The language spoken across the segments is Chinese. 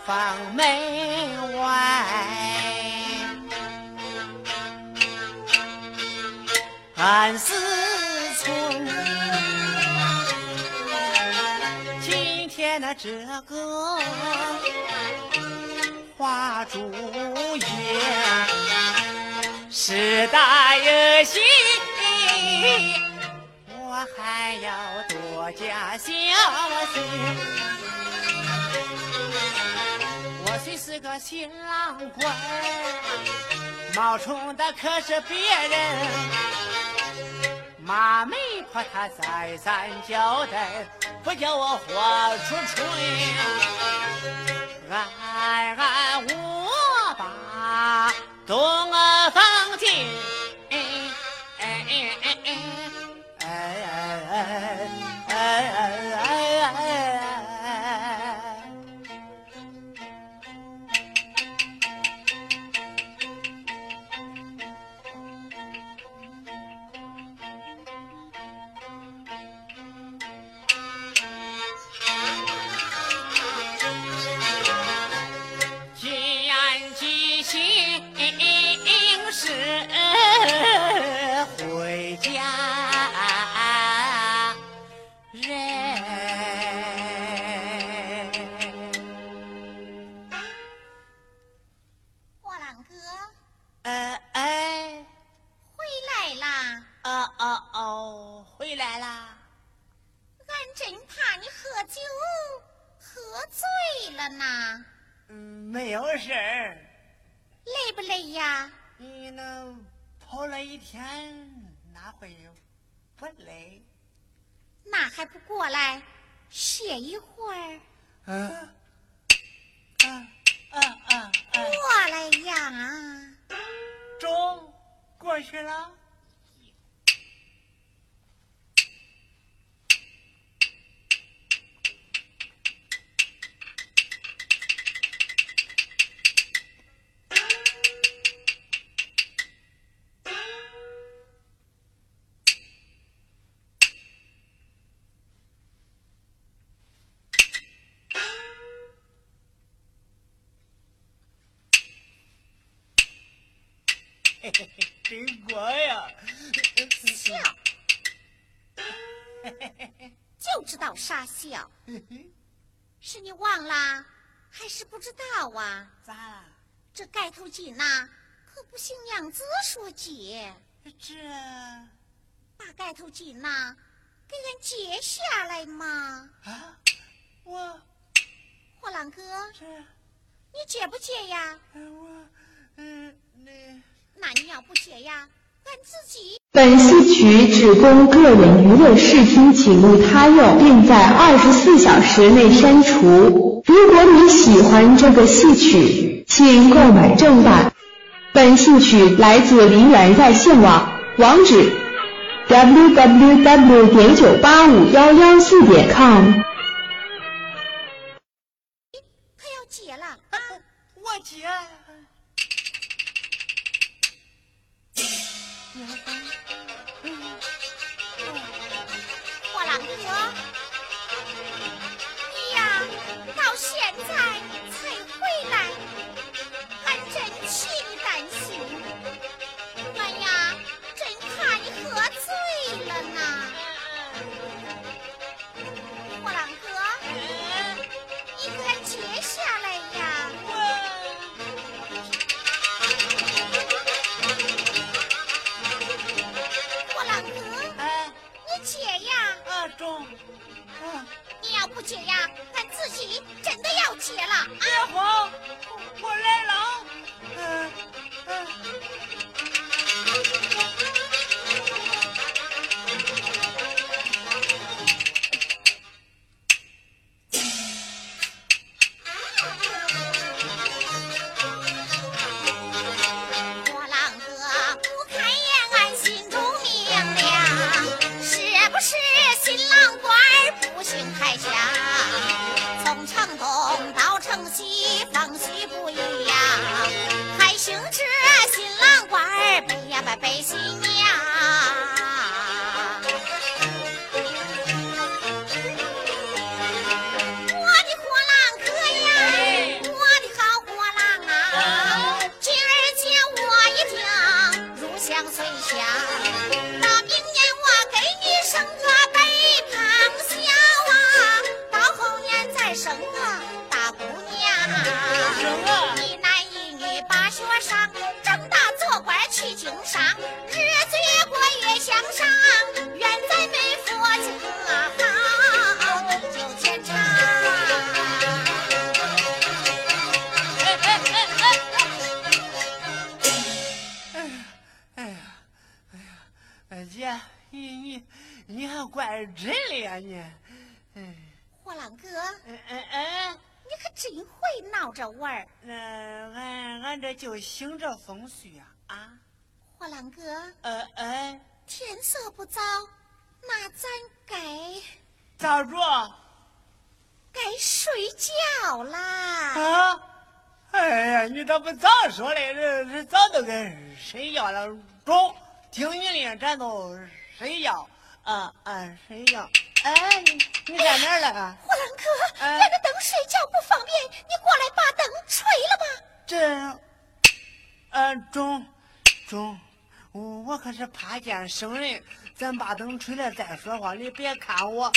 房门外，暗思忡。今天的这个花烛夜，是大游戏，我还要多加小心。我虽是个新郎官，冒充的可是别人，妈媒婆她再三交代，不叫我活出春。暗暗我把东方进，回家人。 火浪哥，回来啦！ 回来啦！ 俺真怕你喝酒喝醉了呢。 没有事儿。 累不累呀？ 你那跑了一天，哪会不累？ 那还不过来歇一会儿？过来呀！ 中过去了。真过呀！ 笑，就知道傻笑。是你忘了，还是不知道啊？ 咋了？ 这盖头巾呐，可不行娘子说解。 这把盖头巾呐，给俺解下来嘛。 啊，我火浪哥， 这你解不解呀？那你要不解呀，俺自己。 本戏曲只供个人娱乐视听，请勿他用，并在24小时内删除。如果你喜欢这个戏曲，请购买正版。本戏曲来自梨园在线网，网址 www.9851114.com。 可要解了啊！ 我解。 火浪哥，你呀，到现在才回来，俺真替你担心。俺呀，真怕你喝醉了呢。火浪哥，你给俺解下来呀！火浪哥，你解呀！ 中。 你要不解呀，俺自己真的要解了啊！ 别慌，我来了。 火浪哥不开眼，俺心中明亮，是不是新郎官不幸开枪？从城东到城西，方序不一样，还兴致新郎官背呀背新娘。我的火浪哥呀，我上，正大做官去经商，日子越过越向上，远在没佛家好，地久天长。 姐，你还怪真的呀你？ 货郎哥， 你可真会闹着玩儿。 俺这就兴这风趣啊！ 货郎哥，天色不早，那咱该咋着？ 该睡觉啦！ 啊！哎呀，你咋不早说嘞？这早都该睡觉了。中，听你的，咱都睡觉。睡觉。你在哪儿了？ 货郎哥，咱这灯睡觉不方便，你过来把灯吹了吧。 中，我可是怕见生人，咱把灯吹了再说话。你别看我。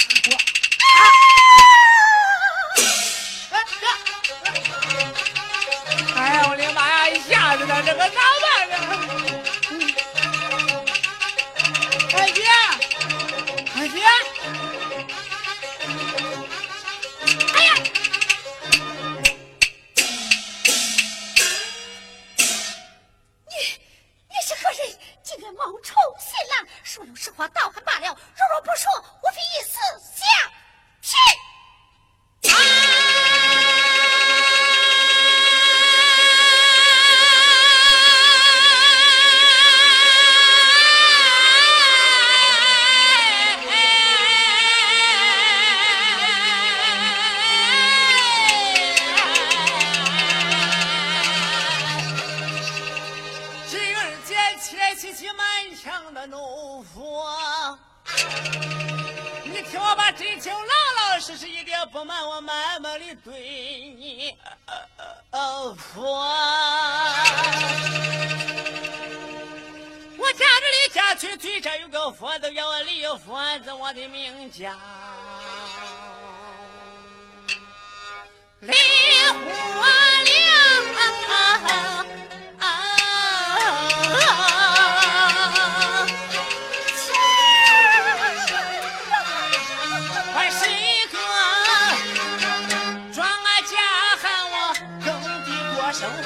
哎呀，我的妈呀！一下子了，这个咋办呢？二姐， 哎呀！你是何人？竟敢冒充新郎？说老实话，倒还罢了；若不说，我非一死相拼！ 怒火，你听我把真情老老实实一点不瞒我，慢慢的对你说。我家这里家去最上有个佛子，叫我李佛子，我的名叫李火亮。生活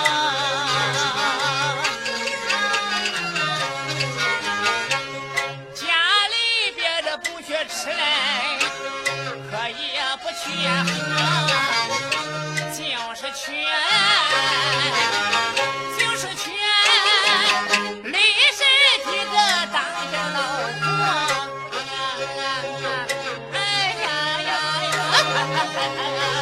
家里边的不缺吃来，可也不缺喝，就是缺历史的个当家老婆。哎呀呀！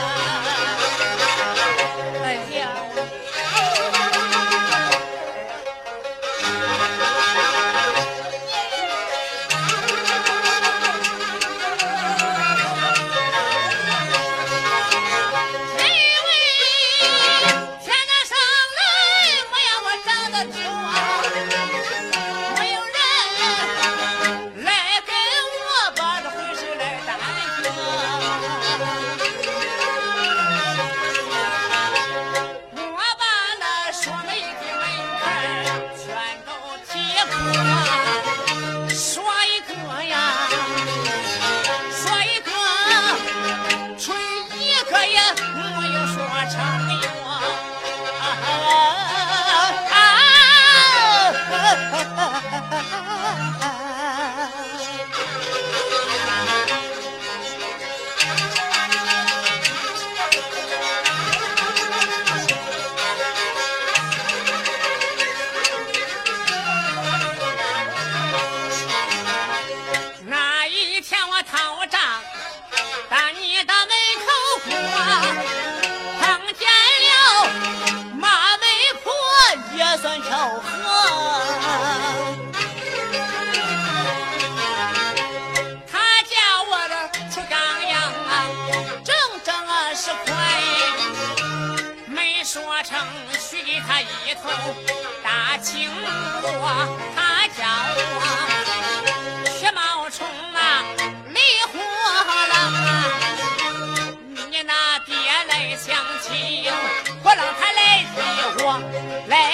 大青我，他叫我血冒充啊，离火了。你那爹来相亲，我让他来替我来。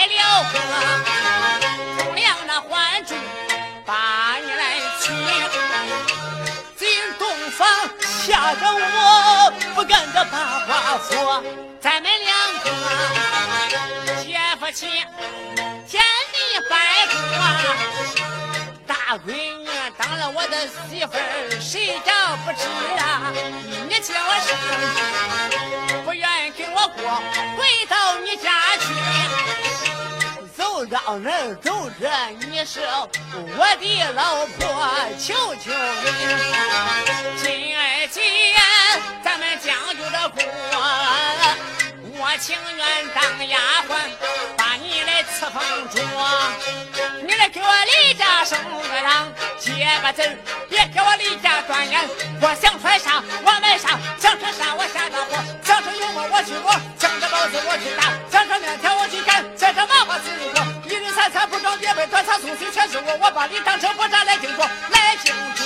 的把话说，咱们两个结夫妻，天地百过。大闺女当了我的媳妇儿，谁叫不知啊？你就是不愿意跟我过，回到你家去。走到那儿走着，你是我的老婆，求求你，亲爱姐，咱们将就着过。我情愿当丫鬟，把你来伺奉着。你来给我离家生个郎，结个字，别给我离家断言。我想穿上我买上，想吃啥我下大货，想吃油馍我去磨，想吃包子我去打，想吃面条我去擀，想吃麻花自己做。一日三餐不装别备，端茶送水全是我把你当成火柴来敬着，来敬着。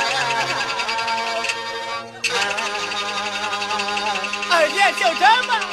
就这么